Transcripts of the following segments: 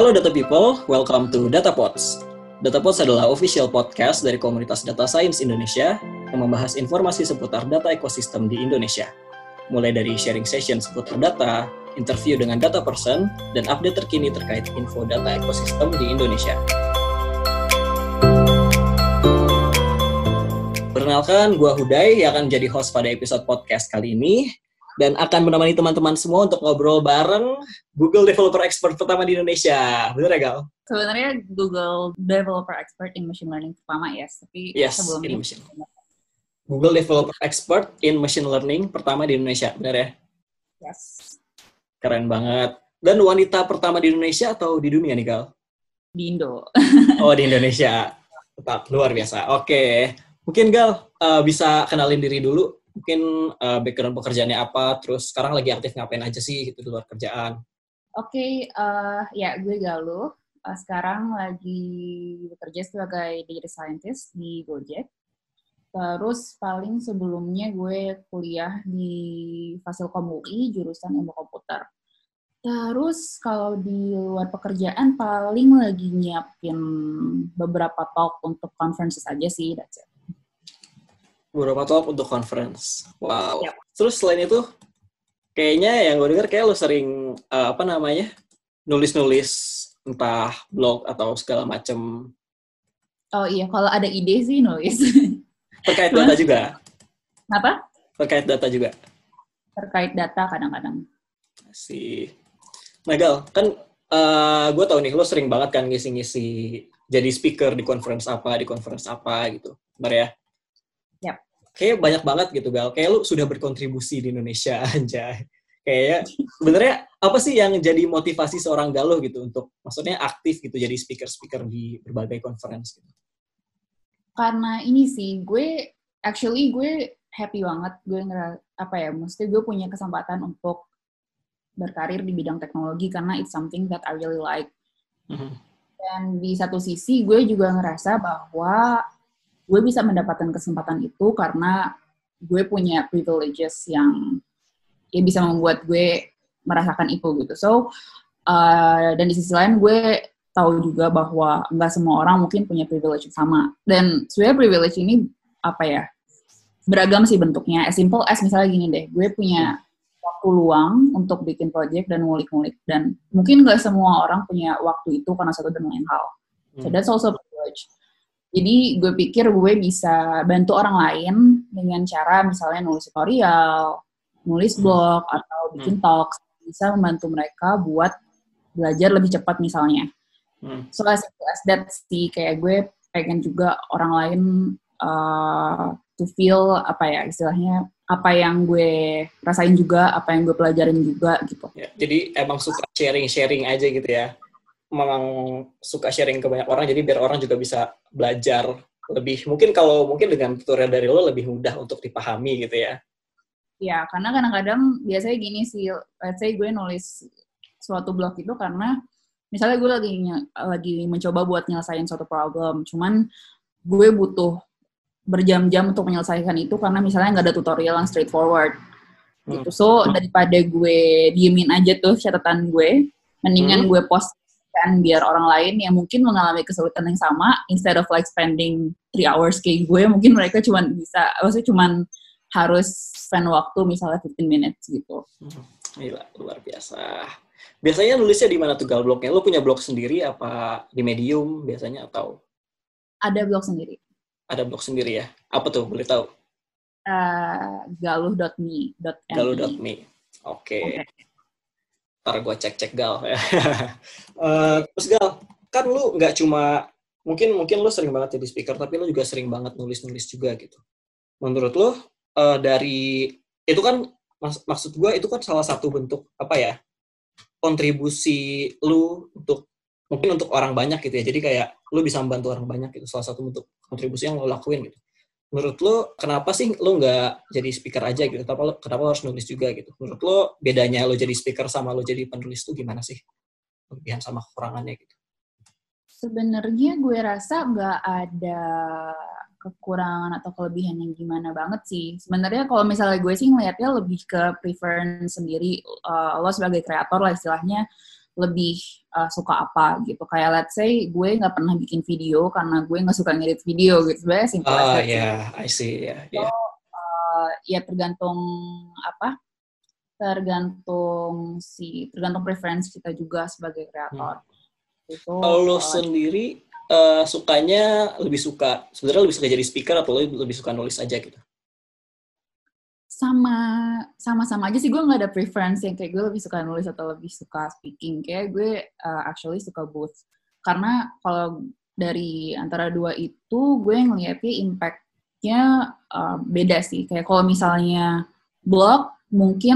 Halo Data People, welcome to DataPods. DataPods adalah official podcast dari komunitas data science Indonesia yang membahas informasi seputar data ekosistem di Indonesia. Mulai dari sharing session seputar data, interview dengan data person, dan update terkini terkait info data ekosistem di Indonesia. Perkenalkan, gue Huday yang akan menjadi host pada episode podcast kali ini dan akan menemani teman-teman semua untuk ngobrol bareng Google Developer Expert pertama di Indonesia. Bener ya, Gal? Sebenarnya Google Developer Expert in Machine Learning pertama ya, tapi sebelumnya Google Developer Expert in Machine Learning pertama di Indonesia, bener ya? Yes. Keren banget. Dan wanita pertama di Indonesia atau di dunia nih, Gal? Di Indo. Oh, di Indonesia. Tetap luar biasa. Oke. Mungkin Gal bisa kenalin diri dulu. Mungkin background pekerjaannya apa, terus sekarang lagi aktif ngapain aja sih gitu di luar kerjaan. Oke, ya gue Galuh. Sekarang lagi bekerja sebagai data scientist di Gojek. Terus paling sebelumnya gue kuliah di Fasilkom UI, jurusan ilmu komputer. Terus kalau di luar pekerjaan paling lagi nyiapin beberapa talk untuk conferences aja sih, that's it. Beberapa talk untuk conference. Wow. Yep. Terus selain itu, kayaknya yang gue dengar kayak lo sering, nulis-nulis entah blog atau segala macem. Oh iya, kalau ada ide sih nulis. Terkait data juga? Apa? Terkait data juga? Terkait data kadang-kadang. Sih. Nah Gal, kan gue tahu nih, lo sering banget kan ngisi-ngisi jadi speaker di conference apa gitu. Benar ya? Yap. Kayak banyak banget gitu, Gal. Kayak lu sudah berkontribusi di Indonesia, anjay. Kayak sebenarnya apa sih yang jadi motivasi seorang Galuh gitu untuk maksudnya aktif gitu jadi speaker-speaker di berbagai conference gitu? Karena ini sih, gue happy banget. Gue mesti gue punya kesempatan untuk berkarir di bidang teknologi karena it's something that I really like. Mm-hmm. Dan di satu sisi gue juga ngerasa bahwa gue bisa mendapatkan kesempatan itu karena gue punya privileges yang ya bisa membuat gue merasakan itu gitu. So, dan di sisi lain gue tahu juga bahwa nggak semua orang mungkin punya privilege yang sama. Dan sebenarnya privilege ini beragam sih bentuknya. As simple as misalnya gini deh, gue punya waktu luang untuk bikin project dan ngulik-ngulik. Dan mungkin nggak semua orang punya waktu itu karena satu dan lain hal. So that's also privilege. Jadi gue pikir gue bisa bantu orang lain dengan cara misalnya nulis tutorial, nulis blog, atau bikin talks. Bisa membantu mereka buat belajar lebih cepat misalnya. So as that sih, kayak gue pengen juga orang lain to feel istilahnya apa yang gue rasain juga, apa yang gue pelajarin juga gitu. Ya, jadi emang suka sharing aja gitu ya. Memang suka sharing ke banyak orang, jadi biar orang juga bisa belajar lebih. Mungkin dengan tutorial dari lo lebih mudah untuk dipahami gitu ya. Ya, karena kadang-kadang biasanya gini sih, let's say gue nulis suatu blog itu karena misalnya gue lagi mencoba buat nyelesain suatu problem, cuman gue butuh berjam-jam untuk menyelesaikan itu karena misalnya nggak ada tutorial yang straightforward gitu. So, daripada gue diemin aja tuh catatan gue, mendingan gue post kan biar orang lain yang mungkin mengalami kesulitan yang sama, instead of like spending 3 hours kayak gue, mungkin mereka cuma harus spend waktu misalnya 15 minutes gitu. Gila, luar biasa. Biasanya nulisnya di mana tuh Gal blognya? Lo punya blog sendiri apa di Medium biasanya atau? Ada blog sendiri. Ada blog sendiri ya? Apa tuh? Boleh tahu? Galuh.me. Galuh.me. Oke. Ntar gue cek Gal. Terus Gal, kan lu nggak cuma mungkin lu sering banget jadi speaker, tapi lu juga sering banget nulis juga gitu. Menurut lu dari itu kan maksud gue itu kan salah satu bentuk kontribusi lu mungkin untuk orang banyak gitu ya. Jadi kayak lu bisa membantu orang banyak gitu. Salah satu bentuk kontribusi yang lu lakuin gitu. Menurut lo, kenapa sih lo nggak jadi speaker aja gitu? Kenapa lo harus nulis juga gitu? Menurut lo, bedanya lo jadi speaker sama lo jadi penulis tuh gimana sih? Kelebihan sama kekurangannya gitu. Sebenarnya gue rasa nggak ada kekurangan atau kelebihan yang gimana banget sih. Sebenarnya kalau misalnya gue sih ngeliatnya lebih ke preference sendiri. Lo sebagai kreator lah istilahnya, lebih suka apa gitu. Kayak let's say gue nggak pernah bikin video karena gue nggak suka ngedit video gitu. Sebenarnya simple as that. I see, So, ya tergantung apa? Tergantung preference kita juga sebagai kreator. Itu kalau lo sendiri sukanya sebenarnya lebih suka jadi speaker atau lebih suka nulis aja gitu? Sama aja sih, gue nggak ada preference yang kayak gue lebih suka nulis atau lebih suka speaking. Kayak gue actually suka both. Karena kalau dari antara dua itu gue ngeliatnya impact-nya beda sih. Kayak kalau misalnya blog, mungkin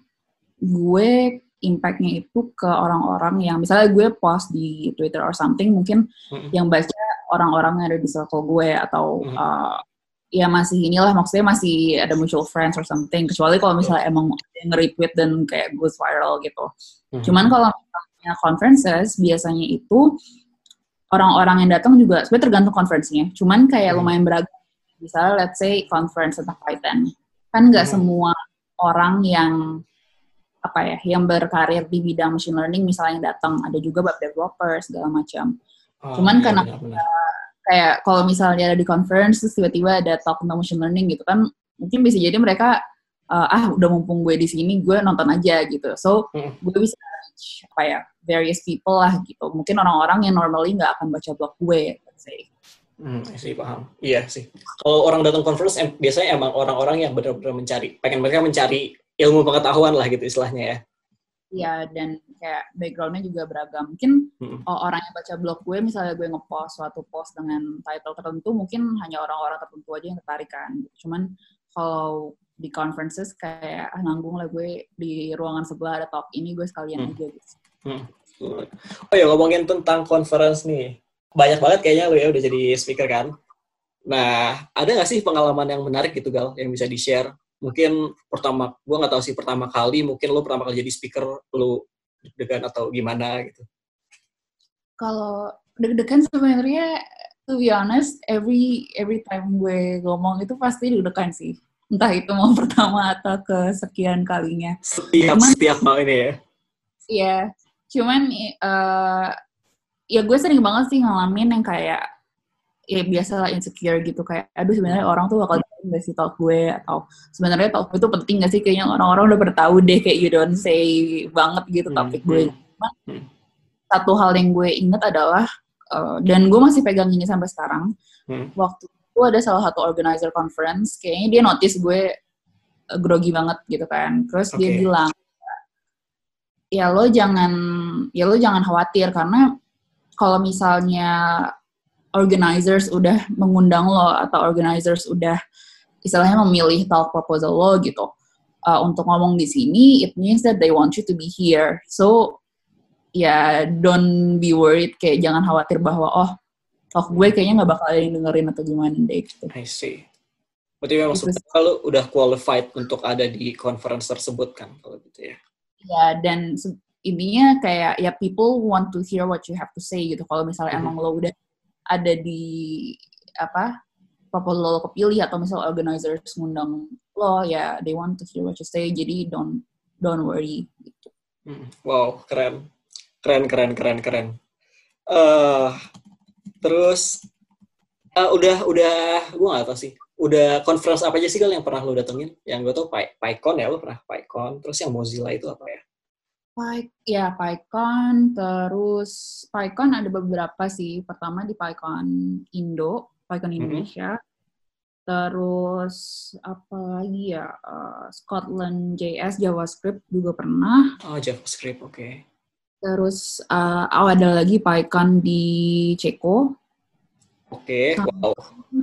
gue impact-nya itu ke orang-orang yang misalnya gue post di Twitter or something, mungkin yang baca orang-orang yang ada di circle gue atau ya masih inilah, maksudnya masih ada mutual friends or something, kecuali kalau misalnya emang nge-retweet dan kayak goes viral gitu. Cuman kalau misalnya conferences, biasanya itu orang-orang yang datang juga sebenarnya tergantung conference-nya, cuman kayak lumayan beragam. Misalnya let's say conference tentang Python, kan nggak semua orang yang yang berkarir di bidang machine learning misalnya datang, ada juga web developer segala macam. Cuman iya, karena benar. kayak kalau misalnya ada di conference terus tiba-tiba ada talk tentang machine learning gitu kan, mungkin bisa jadi mereka udah mumpung gue di sini gue nonton aja gitu. So gue bisa reach various people lah gitu. Mungkin orang-orang yang normally nggak akan baca blog gue, let's say. Sih paham. Iya sih. Kalau orang datang conference biasanya emang orang-orang yang benar-benar mereka mencari ilmu pengetahuan lah gitu istilahnya ya. Iya, dan kayak background-nya juga beragam. Mungkin orang yang baca blog gue, misalnya gue nge-post suatu post dengan title tertentu, mungkin hanya orang-orang tertentu aja yang tertarik kan. Cuman kalau di conferences kayak nanggung lah gue di ruangan sebelah ada talk ini, gue sekalian aja gitu. Oh ya, ngomongin tentang conference nih. Banyak banget kayaknya lo ya udah jadi speaker kan. Nah, ada nggak sih pengalaman yang menarik gitu Gal, yang bisa di-share? Mungkin gue nggak tahu sih pertama kali, mungkin lo pertama kali jadi speaker, lo deg-degan atau gimana gitu? Kalau deg-degan sebenarnya, to be honest, every time gue ngomong itu pasti deg-degan sih. Entah itu mau pertama atau kesekian kalinya. Setiap mau ini ya? Iya, cuman ya gue sering banget sih ngalamin yang kayak ya biasalah insecure gitu, kayak aduh sebenarnya orang tuh bakal nggak sih talk gue, atau sebenarnya talk gue itu penting nggak sih, kayaknya orang-orang udah pada tahu deh kayak you don't say banget gitu topik gue. Satu hal yang gue inget adalah dan gue masih pegang ini sampai sekarang, waktu itu ada salah satu organizer conference, kayaknya dia notice gue grogi banget gitu kan, terus dia bilang ya lo jangan khawatir, karena kalau misalnya organizers udah mengundang lo atau organizers udah istilahnya memilih talk proposal lo gitu untuk ngomong di sini, it means that they want you to be here. So ya don't be worried, kayak jangan khawatir bahwa talk gue kayaknya nggak bakal ada yang dengerin atau gimana deh gitu. I see. Berarti memang lo udah qualified untuk ada di conference tersebut kan kalau gitu ya? Ya, dan intinya kayak ya people want to hear what you have to say gitu. Kalau misalnya emang lo udah ada di proposal lo kepilih atau misalnya organizers ngundang lo, ya they want to hear what you say, jadi don't worry gitu. Wow, keren. Terus udah gue nggak tahu sih, udah conference apa aja sih Gal yang pernah lo datengin? Yang gue tau PyCon ya, lo pernah PyCon. Terus yang Mozilla itu apa ya? PyCon, terus PyCon ada beberapa sih. Pertama di PyCon Indonesia. Terus apa lagi ya? Scotland JS, JavaScript juga pernah. Oh, JavaScript, oke. Terus ada lagi PyCon di Ceko. Oke, wow.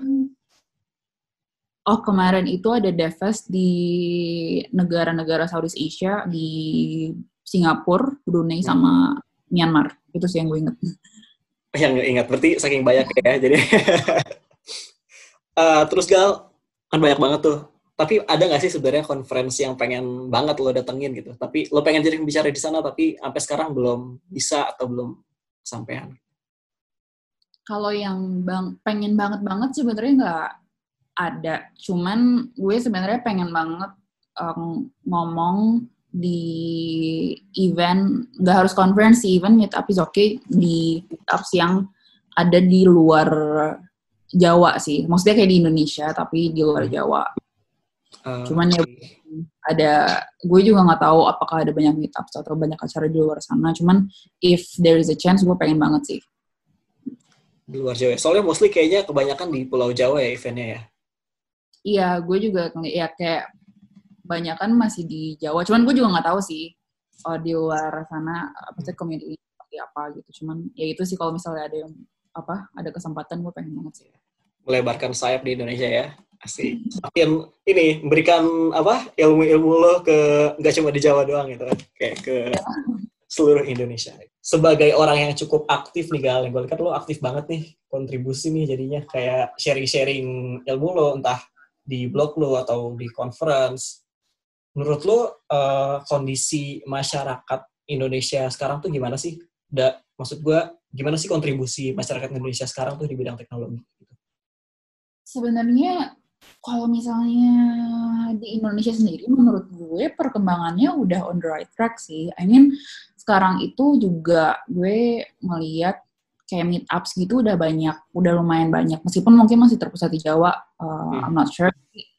Kemarin itu ada DevFest di negara-negara Southeast Asia, di Singapura, Brunei, sama Myanmar. Itu sih yang gue inget. Yang ingat, berarti saking banyak ya. Jadi terus Gal, kan banyak banget tuh. Tapi ada nggak sih sebenarnya konferensi yang pengen banget lo datengin gitu? Tapi lo pengen jadi pembicara di sana, tapi sampai sekarang belum bisa atau belum sampean? Kalau yang pengen banget sebenarnya nggak ada. Cuman gue sebenarnya pengen banget ngomong di event, nggak harus conference, di event meetup is okay, di meetups yang ada di luar Jawa sih. Maksudnya kayak di Indonesia, tapi di luar Jawa. Cuman ya ada, gue juga nggak tahu apakah ada banyak meetups atau banyak acara di luar sana. Cuman if there is a chance, gue pengen banget sih. Di luar Jawa. Soalnya mostly kayaknya kebanyakan di Pulau Jawa ya eventnya ya. Iya, gue juga ya kayak banyakan masih di Jawa. Cuman gue juga nggak tahu sih di luar sana apa sih community seperti apa gitu. Cuman ya itu sih kalau misalnya ada yang ada kesempatan, gue pengen banget sih. Melebarkan sayap di Indonesia ya. Asik. Semakin ini memberikan ilmu-ilmu lo ke nggak cuma di Jawa doang gitu kan. Kayak ke seluruh Indonesia. Sebagai orang yang cukup aktif nih Gal, gue lihat lo aktif banget nih, kontribusi nih jadinya kayak sharing-sharing ilmu lo entah di blog lo atau di conference. Menurut lo kondisi masyarakat Indonesia sekarang tuh gimana sih? Maksud gue gimana sih kontribusi masyarakat Indonesia sekarang tuh di bidang teknologi? Sebenarnya kalau misalnya di Indonesia sendiri, menurut gue perkembangannya udah on the right track sih. I mean, sekarang itu juga gue ngeliat kayak meetups gitu udah lumayan banyak. Meskipun mungkin masih terpusat di Jawa, I'm not sure.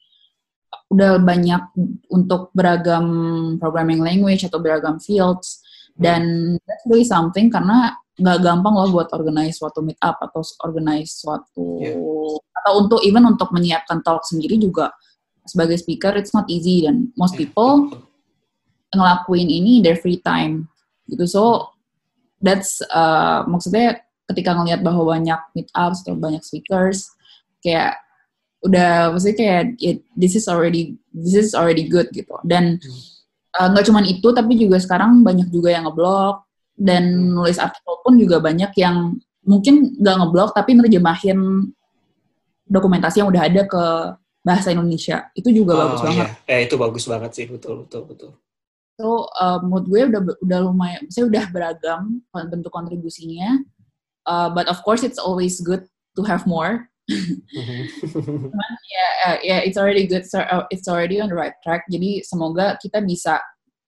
Udah banyak untuk beragam programming language atau beragam fields. Dan that's really something karena nggak gampang loh buat organize suatu meetup atau organize suatu atau untuk menyiapkan talk sendiri juga sebagai speaker it's not easy dan most people ngelakuin ini in their free time gitu. So that's maksudnya ketika ngelihat bahwa banyak meetups atau banyak speakers kayak udah maksudnya kayak this is already good gitu. Dan nggak cuman itu tapi juga sekarang banyak juga yang ngeblog dan nulis artikel pun juga banyak yang mungkin nggak ngeblog tapi nerjemahin dokumentasi yang udah ada ke bahasa Indonesia. Itu juga bagus banget. Itu bagus banget sih, betul. So, menurut gue udah lumayan, saya udah beragam bentuk kontribusinya. But of course, it's always good to have more. Cuman ya, it's already good. It's already on the right track. Jadi semoga kita bisa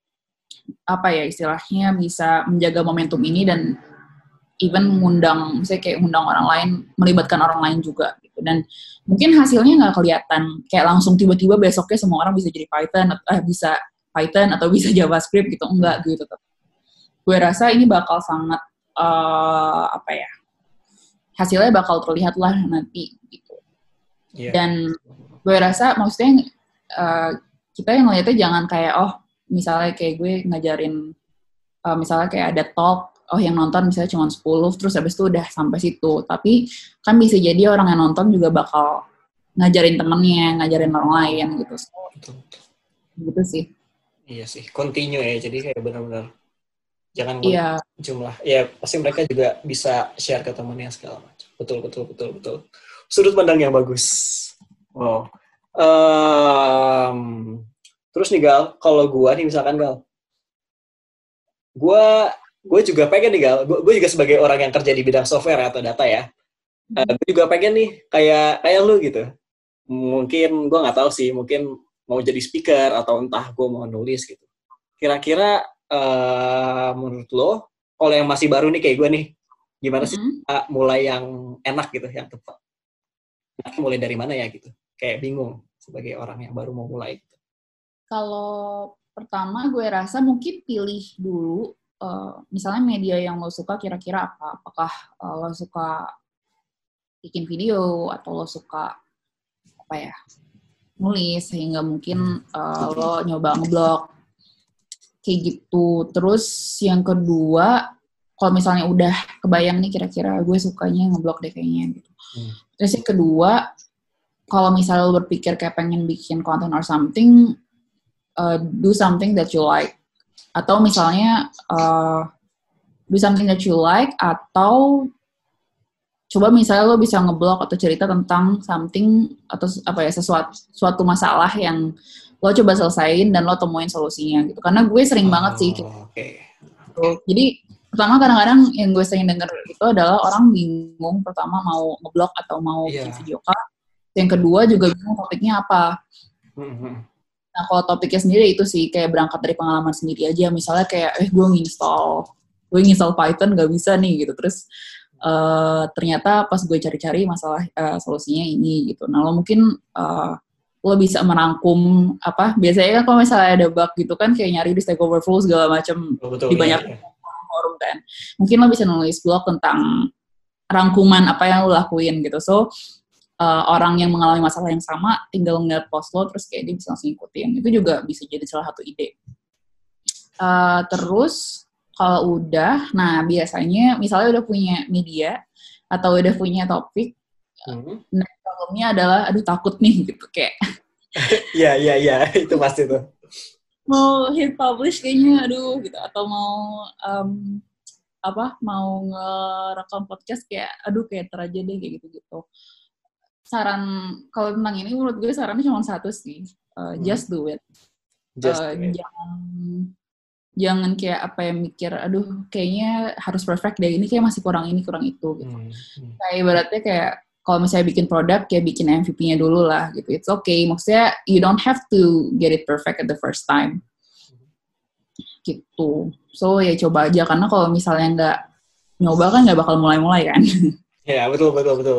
istilahnya bisa menjaga momentum ini dan even ngundang orang lain, melibatkan orang lain juga gitu. Dan mungkin hasilnya nggak kelihatan kayak langsung tiba-tiba besoknya semua orang bisa jadi Python atau bisa JavaScript gitu, enggak gitu. Gue rasa ini bakal sangat hasilnya bakal terlihat lah nanti gitu. Dan gue rasa maksudnya kita yang ngeliatnya jangan kayak misalnya kayak gue ngajarin misalnya kayak ada talk yang nonton misalnya cuma 10 terus habis itu udah sampai situ, tapi kan bisa jadi orang yang nonton juga bakal ngajarin temennya, ngajarin orang lain gitu. So, gitu sih. Iya sih, continue ya, jadi kayak benar-benar jangan jumlah. Ya pasti mereka juga bisa share ke temennya segala macam. Betul. Sudut pandang yang bagus. Wow. Terus nih Gal, kalau gue nih misalkan Gal, gue juga pengen nih Gal, gue juga sebagai orang yang kerja di bidang software atau data ya, gue juga pengen nih kayak lu gitu. Mungkin gue nggak tahu sih, mungkin mau jadi speaker atau entah gue mau nulis gitu. Kira-kira menurut lo, kalau yang masih baru nih kayak gue nih, gimana sih mulai yang enak gitu, yang tepat? Mulai dari mana ya gitu? Kayak bingung sebagai orang yang baru mau mulai. Gitu. Kalau pertama gue rasa mungkin pilih dulu, misalnya media yang lo suka kira-kira apa? Apakah lo suka bikin video atau lo suka nulis, sehingga mungkin lo nyoba ngeblog kayak gitu. Terus yang kedua, kalau misalnya udah kebayang nih kira-kira gue sukanya ngeblog deh kayaknya gitu. Terus yang kedua, kalau misalnya lo berpikir kayak pengen bikin content or something, do something that you like. Atau misalnya do something that you like, atau coba misalnya lo bisa ngeblog atau cerita tentang something atau suatu masalah yang lo coba selesain dan lo temuin solusinya gitu. Karena gue sering banget sih gitu. Jadi pertama kadang-kadang yang gue sering denger itu adalah orang bingung pertama mau ngeblog atau mau bikin video call. Yang kedua juga bingung topiknya apa. Nah, kalau topiknya sendiri itu sih kayak berangkat dari pengalaman sendiri aja. Misalnya kayak, gue nginstall Python gak bisa nih gitu. Terus ternyata pas gue cari-cari masalah solusinya ini gitu. Nah, lo mungkin lo bisa merangkum apa? Biasanya kan kalau misalnya ada bug gitu kan kayak nyari di Stack Overflow segala macam Betul, di iya, banyak iya. forum kan. Mungkin lo bisa nulis blog tentang rangkuman apa yang lo lakuin gitu. So orang yang mengalami masalah yang sama tinggal ngeliat post lo terus kayak dia bisa langsung ikutin. Itu juga bisa jadi salah satu ide. Terus kalau udah, nah biasanya misalnya udah punya media atau udah punya topik, nah problemnya adalah aduh takut nih gitu kayak Iya, iya, iya, itu pasti tuh. mau hit publish kayaknya aduh gitu atau mau mau ngerekam podcast kayak aduh kayak aja deh kayak gitu-gitu. Saran kalau tentang ini menurut gue sarannya cuma satu sih, just do it. Just do it. Jangan kayak apa yang mikir aduh kayaknya harus perfect deh, ini kayak masih kurang ini kurang itu gitu. Kayak ibaratnya kayak kalau misalnya bikin produk kayak bikin MVP-nya dulu lah gitu. It's okay, maksudnya you don't have to get it perfect at the first time gitu. So ya coba aja, karena kalau misalnya nggak nyoba kan nggak bakal mulai-mulai kan. Ya, betul.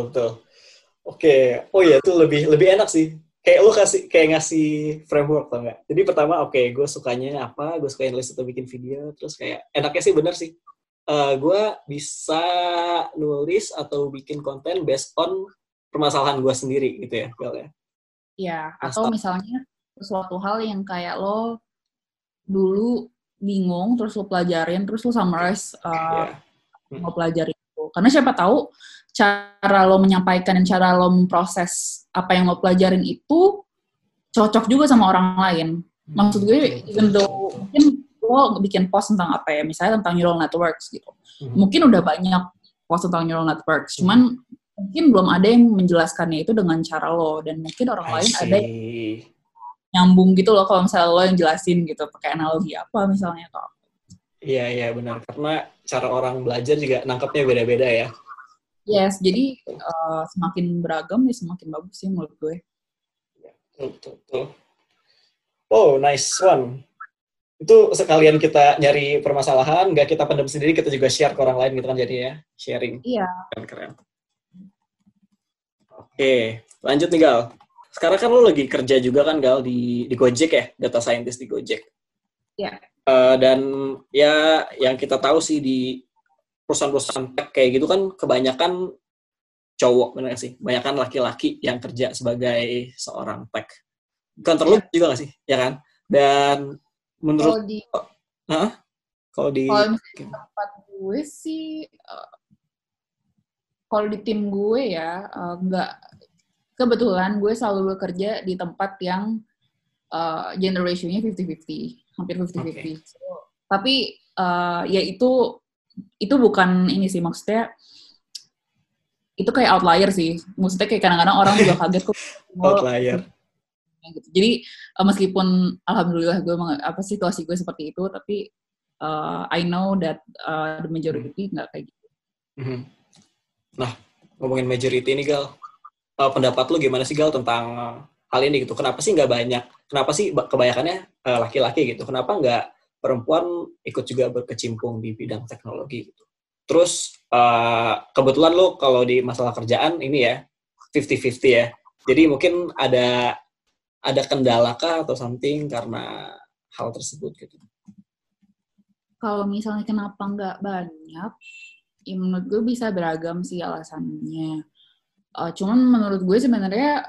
Oke, oh ya itu lebih enak sih. Kayak lu ngasih framework tau nggak? Jadi pertama, oke, gue sukanya apa? Gue suka nulis atau bikin video. Terus kayak enaknya sih bener sih. Gue bisa nulis atau bikin konten based on permasalahan gue sendiri gitu ya, Gal ya. Ya, atau misalnya sesuatu hal yang kayak lo dulu bingung, terus lo pelajarin, terus lo summarize lo pelajarin itu. Karena siapa tahu cara lo menyampaikan dan cara lo memproses apa yang lo pelajarin itu cocok juga sama orang lain. Maksud gue, even though mungkin lo bikin post tentang apa ya, misalnya tentang neural networks gitu. Mungkin udah banyak post tentang neural networks, cuman mungkin belum ada yang menjelaskannya itu dengan cara lo, dan mungkin orang lain ada yang nyambung gitu loh kalau misalnya lo yang jelasin gitu, pakai analogi apa misalnya atau apa. Iya, benar. Karena cara orang belajar juga nangkepnya beda-beda ya. Yes, jadi semakin beragam ya semakin bagus sih menurut gue. Betul. Oh, nice one. Itu sekalian kita nyari permasalahan, nggak kita pendam sendiri, kita juga share ke orang lain gitu kan jadinya. Sharing. Iya. Keren. Oke, lanjut nih Gal. Sekarang kan lo lagi kerja juga kan Gal di Gojek ya, data scientist di Gojek. Iya. Dan ya yang kita tahu sih di perusahaan-perusahaan tech kayak gitu kan kebanyakan cowok, benar sih? Kebanyakan laki-laki yang kerja sebagai seorang tech. Kantor lo juga nggak sih? Ya kan? Dan menurut kalau di tempat gue sih, kalau di tim gue ya nggak, kebetulan gue selalu bekerja di tempat yang gender ratio-nya 50-50, hampir 50-50. Okay. So, tapi ya itu bukan ini sih, maksudnya itu kayak outlier sih. Maksudnya kayak kadang-kadang orang juga kaget kok. Outlier. Gitu. Jadi meskipun alhamdulillah gue situasi gue seperti itu, tapi I know that the majority nggak kayak gitu. Nah, ngomongin majority ini Gal, pendapat lu gimana sih Gal tentang hal ini gitu? Kenapa sih nggak banyak? Kenapa sih kebanyakannya laki-laki gitu? Kenapa nggak perempuan ikut juga berkecimpung di bidang teknologi gitu? Terus kebetulan lu kalau di masalah kerjaan ini ya 50-50 ya. Jadi mungkin ada kendala kah atau something karena hal tersebut gitu? Kalau misalnya kenapa nggak banyak, ya menurut gue bisa beragam sih alasannya. Cuman menurut gue sebenarnya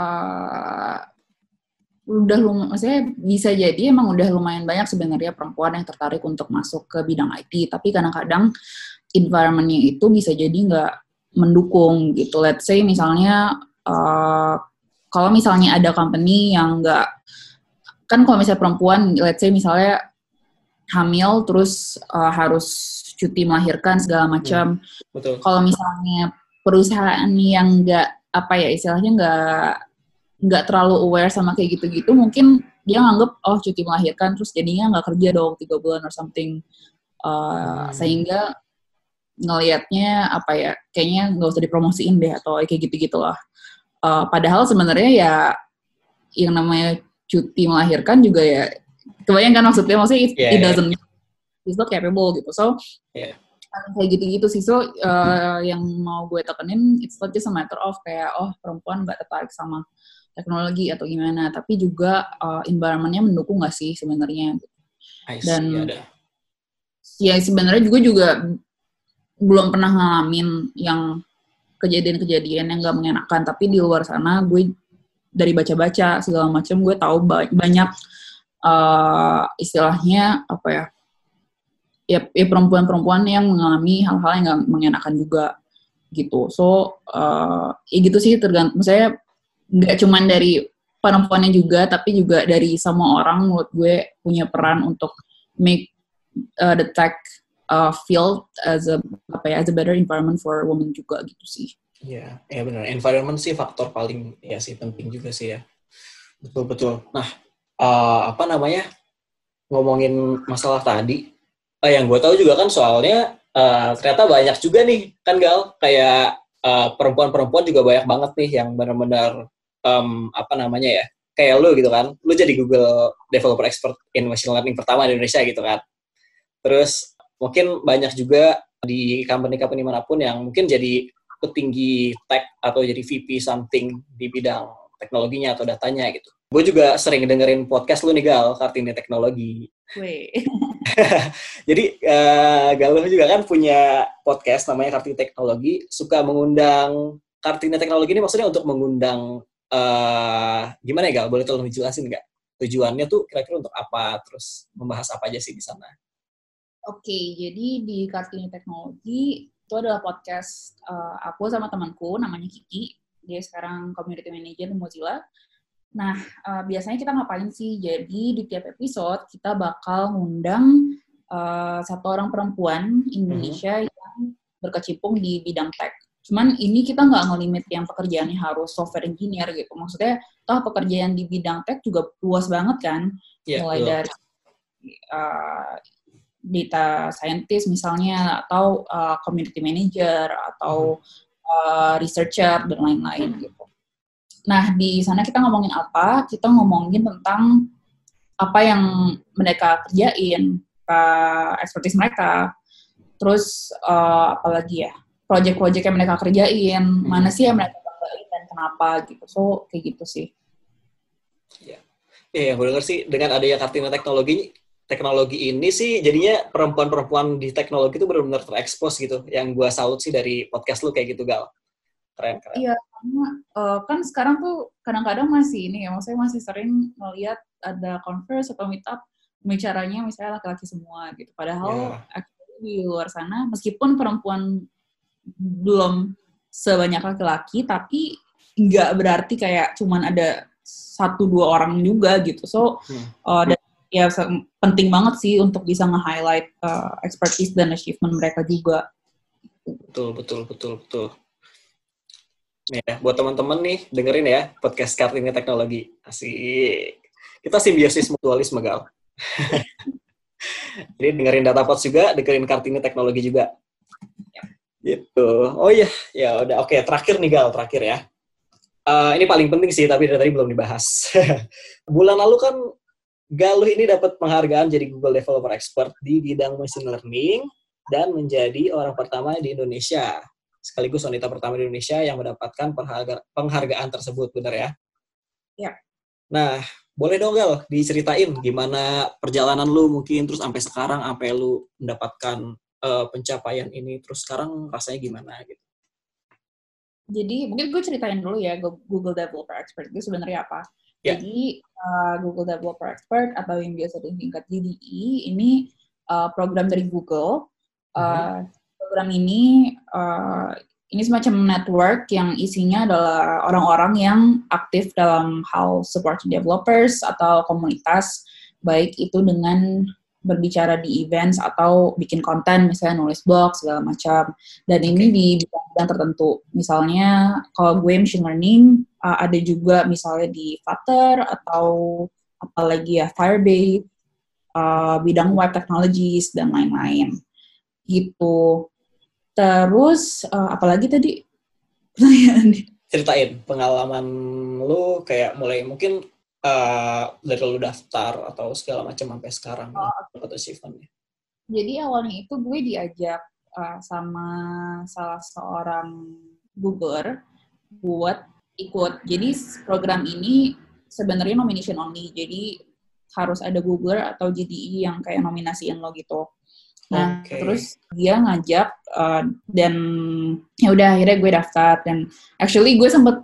maksudnya bisa jadi emang udah lumayan banyak sebenarnya perempuan yang tertarik untuk masuk ke bidang IT, tapi kadang-kadang environment-nya itu bisa jadi nggak mendukung gitu. Let's say misalnya kalau misalnya ada company yang nggak, kan kalau misalnya perempuan, let's say misalnya hamil terus harus cuti melahirkan segala macam. Betul. Kalau misalnya perusahaan yang nggak istilahnya nggak terlalu aware sama kayak gitu-gitu, mungkin dia nganggep cuti melahirkan terus jadinya nggak kerja dong 3 bulan or something, sehingga ngelihatnya kayaknya nggak usah dipromosiin deh atau kayak gitu-gitu lah. Padahal sebenarnya ya yang namanya cuti melahirkan juga ya, kebayang kan maksudnya it doesn't it's not capable gitu. So kayak gitu-gitu sih. So yang mau gue tekenin, it's not just a matter of kayak perempuan nggak tertarik sama teknologi atau gimana, tapi juga environment-nya mendukung nggak sih sebenarnya. Dan ya sebenarnya juga belum pernah ngalamin yang kejadian-kejadian yang nggak mengenakan, tapi di luar sana gue dari baca-baca segala macam gue tahu banyak istilahnya apa ya perempuan-perempuan yang mengalami hal-hal yang nggak mengenakan juga gitu. So ya gitu sih, tergantung. Saya nggak cuman dari perempuannya juga, tapi juga dari semua orang menurut gue punya peran untuk make the tech field as a better environment for women juga gitu sih. Iya, ya benar. Environment sih faktor paling penting juga sih ya. Betul. Nah, ngomongin masalah tadi, yang gue tahu juga kan soalnya ternyata banyak juga nih kan Gal, kayak perempuan-perempuan juga banyak banget nih yang benar-benar kayak lu gitu kan, lu jadi Google Developer Expert in Machine Learning pertama di Indonesia gitu kan. Terus mungkin banyak juga di company-company manapun yang mungkin jadi petinggi tech atau jadi VP something di bidang teknologinya atau datanya gitu. Gue juga sering dengerin podcast lu nih Gal, Kartini Teknologi. Jadi Gal juga kan punya podcast namanya Kartini Teknologi, suka mengundang Kartini Teknologi ini maksudnya untuk mengundang gimana ya Gal? Boleh tolong dijelasin nggak? Tujuannya tuh kira-kira untuk apa? Terus membahas apa aja sih di sana? Oke, jadi di Kartini Teknologi itu adalah podcast aku sama temanku namanya Kiki. Dia sekarang community manager di Mozilla. Nah, biasanya kita ngapain sih? Jadi di tiap episode kita bakal ngundang satu orang perempuan Indonesia yang berkecimpung di bidang tech. Cuman ini kita nggak ngelimit yang pekerjaannya harus software engineer gitu. Maksudnya, pekerjaan di bidang tech juga luas banget kan. Mulai dari data scientist misalnya, atau community manager, atau researcher, dan lain-lain gitu. Nah, di sana kita ngomongin apa? Kita ngomongin tentang apa yang mereka kerjain, expertise mereka, terus apalagi ya, project-project yang mereka kerjain, mana sih yang mereka kerjain dan kenapa gitu. So, kayak gitu sih. Iya, gue denger sih dengan adanya Kartini teknologi ini sih jadinya perempuan-perempuan di teknologi itu benar-benar terekspos gitu. Yang gue salut sih dari podcast lu kayak gitu, Gal. Keren. Iya, karena kan sekarang tuh kadang-kadang masih maksudnya masih sering melihat ada converse atau meetup bicaranya misalnya laki-laki semua gitu. Padahal di luar sana, meskipun perempuan belum sebanyak laki-laki, tapi nggak berarti kayak cuman ada 1-2 orang juga gitu. So, dan ya penting banget sih untuk bisa nge-highlight expertise dan achievement mereka juga. Betul. Ya, buat teman-teman nih, dengerin ya podcast Kartini Teknologi. Asik. Kita simbiosis mutualisme, Gal. Jadi dengerin Datapods juga, dengerin Kartini Teknologi juga. Gitu. Oh iya, ya udah. Oke, terakhir nih Gal, terakhir ya. Ini paling penting sih, tapi dari tadi belum dibahas. Bulan lalu kan Galuh ini dapat penghargaan jadi Google Developer Expert di bidang Machine Learning dan menjadi orang pertama di Indonesia, sekaligus wanita pertama di Indonesia yang mendapatkan penghargaan tersebut, benar ya? Ya. Nah, boleh dong Gal diceritain gimana perjalanan lu mungkin, terus sampai sekarang, sampai lu mendapatkan pencapaian ini, terus sekarang rasanya gimana gitu? Jadi mungkin gue ceritain dulu ya Google Developer Expert itu sebenarnya apa. Jadi Google Developer Expert atau yang biasa disingkat GDE ini program dari Google. Program ini semacam network yang isinya adalah orang-orang yang aktif dalam hal support developers atau komunitas, baik itu dengan berbicara di events atau bikin konten, misalnya nulis blog, segala macam. Dan ini di bidang tertentu. Misalnya, kalau gue machine learning, ada juga misalnya di Flutter atau apalagi ya, Firebase, bidang web technologies, dan lain-lain. Gitu. Terus, apalagi tadi? Ceritain pengalaman lu kayak mulai mungkin dari lu daftar atau segala macam sampai sekarang dapat achievement-nya? Jadi awalnya itu gue diajak sama salah seorang Googler buat ikut. Jadi program ini sebenarnya nomination only. Jadi harus ada Googler atau GDE yang kayak nominasiin lo gitu. Nah, terus dia ngajak dan ya udah akhirnya gue daftar, dan actually gue sempet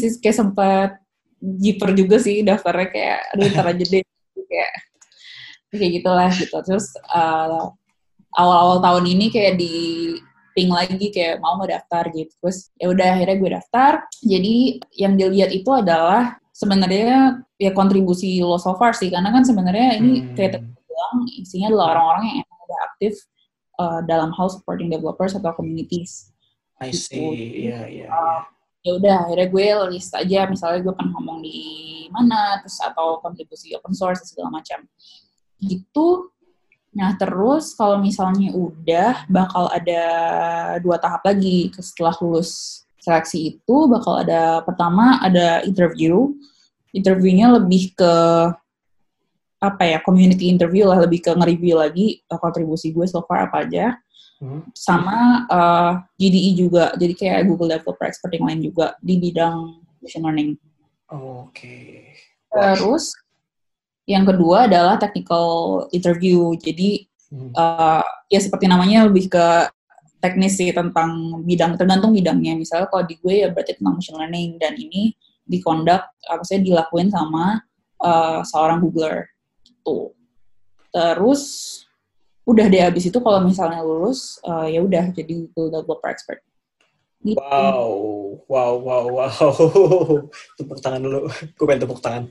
jiper juga sih daftarnya, kayak aduh ntar aja deh kayak gitulah gitu. Terus awal-awal tahun ini kayak di ping lagi kayak mau daftar gitu. Terus ya udah akhirnya gue daftar. Jadi yang dilihat itu adalah sebenarnya ya kontribusi lo so far sih, karena kan sebenarnya ini kayak bilang isinya adalah orang-orang yang udah aktif dalam hal supporting developers atau communities. I see, iya. Ya udah akhirnya gue list aja, misalnya gue pernah ngomong di mana, terus atau kontribusi open source segala macam gitu. Nah terus kalau misalnya udah, bakal ada 2 tahap lagi setelah lulus seleksi itu. Bakal ada, pertama ada interviewnya lebih ke community interview lah, lebih ke nge-review lagi kontribusi gue so far apa aja. Sama GDE juga, jadi kayak Google Developer Expert yang lain juga di bidang machine learning. Oke. Terus yang kedua adalah technical interview. Jadi ya seperti namanya lebih ke teknis sih, tentang bidang, tergantung bidangnya. Misalnya kalau di gue ya berarti tentang machine learning, dan ini dilakuin sama seorang Googler gitu. Terus udah deh, abis itu kalau misalnya lulus ya udah jadi Google Developer Expert. Gitu. Wow. Tepuk tangan dulu. Gue pengen tepuk tangan.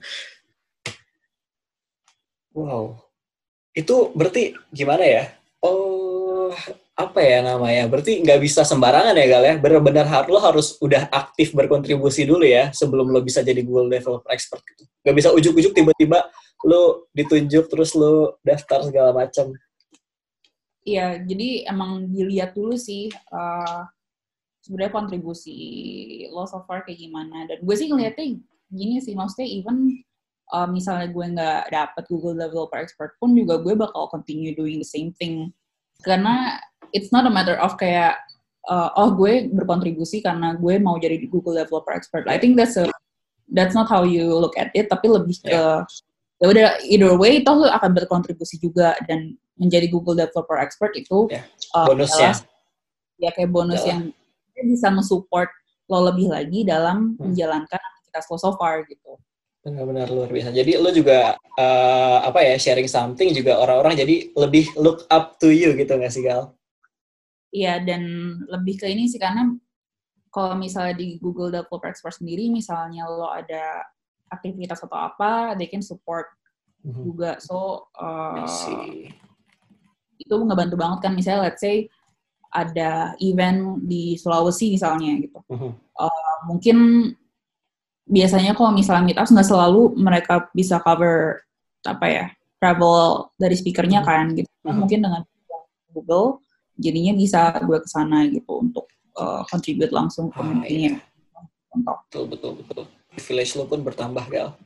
Wow. Itu berarti gimana ya? Apa ya namanya? Berarti nggak bisa sembarangan ya, Gal ya? Benar-benar lo harus udah aktif berkontribusi dulu ya, sebelum lo bisa jadi Google Developer Expert gitu. Nggak bisa ujuk-ujuk tiba-tiba lo ditunjuk terus lo daftar segala macam. Iya, jadi emang dilihat dulu sih sebenarnya kontribusi lo so far kayak gimana. Dan gue sih ngeliatnya gini sih, maksudnya even misalnya gue nggak dapet Google Developer Expert pun juga gue bakal continue doing the same thing. Karena it's not a matter of kayak gue berkontribusi karena gue mau jadi Google Developer Expert. I think that's not how you look at it, tapi lebih ke ya udah, either way toh lo akan berkontribusi juga, dan menjadi Google Developer Expert itu bonusnya. Ya kayak bonus yang bisa nge-support lo lebih lagi dalam menjalankan aktivitas lo so far gitu. Benar-benar luar biasa. Jadi lo juga sharing something juga, orang-orang jadi lebih look up to you gitu nggak sih, Gal? Iya, dan lebih ke ini sih, karena kalau misalnya di Google Developer Expert sendiri, misalnya lo ada aktivitas atau apa, they can support juga. So itu ngebantu banget kan. Misalnya let's say ada event di Sulawesi misalnya gitu. Mungkin biasanya kalau misalnya meetup nggak selalu mereka bisa cover travel dari speakernya kan gitu. Mungkin dengan Google jadinya bisa gue kesana gitu untuk contribute langsung ke community-nya. Betul. Privilege lo pun bertambah, Gal.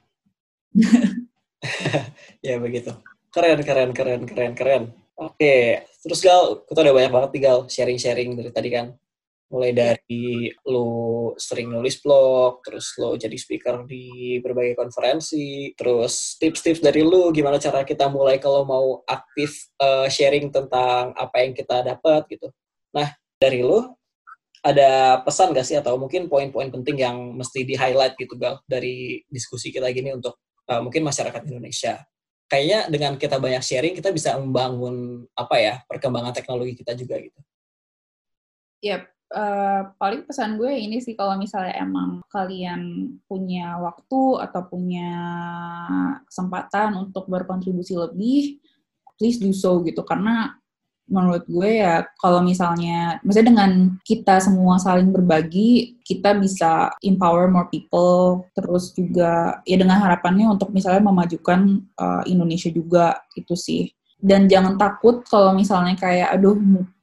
Ya begitu. Keren. Oke, terus Gal, kita udah banyak banget nih Gal sharing-sharing dari tadi kan. Mulai dari lo sering nulis blog, terus lo jadi speaker di berbagai konferensi, terus tips-tips dari lo gimana cara kita mulai kalau mau aktif sharing tentang apa yang kita dapat gitu. Nah, dari lo ada pesan gak sih, atau mungkin poin-poin penting yang mesti di-highlight gitu Gal dari diskusi kita gini untuk mungkin masyarakat Indonesia? Kayaknya dengan kita banyak sharing, kita bisa membangun perkembangan teknologi kita juga gitu. Yap, paling pesan gue ini sih, kalau misalnya emang kalian punya waktu atau punya kesempatan untuk berkontribusi lebih, please do so gitu. Karena menurut gue ya, kalau misalnya dengan kita semua saling berbagi, kita bisa empower more people. Terus juga ya dengan harapannya untuk misalnya memajukan Indonesia juga, itu sih. Dan jangan takut kalau misalnya kayak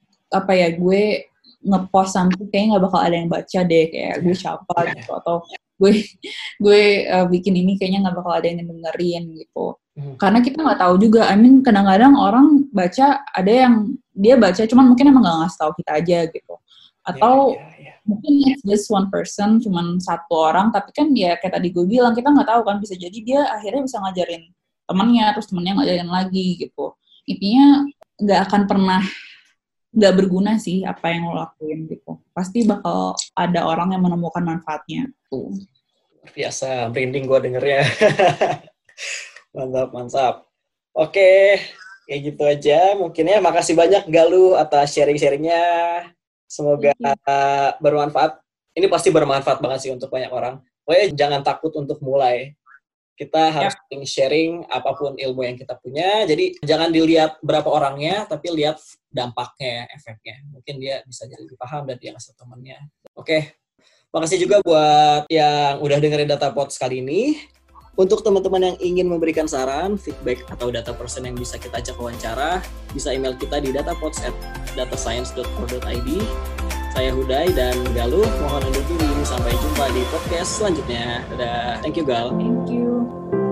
gue ngepost something kayaknya nggak bakal ada yang baca deh, kayak gue siapa gitu, atau gue bikin ini kayaknya nggak bakal ada yang dengerin gitu. Karena kita nggak tahu juga. I mean kadang-kadang orang baca, ada yang dia baca cuman mungkin emang nggak ngasih tahu kita aja gitu. Atau mungkin it's just one person, cuman satu orang, tapi kan ya kayak tadi gue bilang, kita nggak tahu kan, bisa jadi dia akhirnya bisa ngajarin temannya, terus temannya ngajarin lagi gitu. Intinya nggak akan pernah nggak berguna sih apa yang lo lakuin gitu. Pasti bakal ada orang yang menemukan manfaatnya tuh. Biasa, merinding gue dengernya. Mantap. Oke, kayak gitu aja. Mungkin ya, makasih banyak Galuh atas sharing-sharingnya. Semoga bermanfaat. Ini pasti bermanfaat banget sih untuk banyak orang. Pokoknya jangan takut untuk mulai. Kita harus sharing apapun ilmu yang kita punya. Jadi jangan dilihat berapa orangnya, tapi lihat dampaknya, efeknya. Mungkin dia bisa jadi lebih paham dan dia ngasih temannya. Oke. Makasih juga buat yang udah dengerin Data Pods kali ini. Untuk teman-teman yang ingin memberikan saran, feedback, atau data person yang bisa kita ajak wawancara, bisa email kita di datapods@datascience.co.id. Saya Huday dan Galuh, mohon undur diri. Sampai jumpa di podcast selanjutnya. Dadah. Thank you, Gal. Thank you.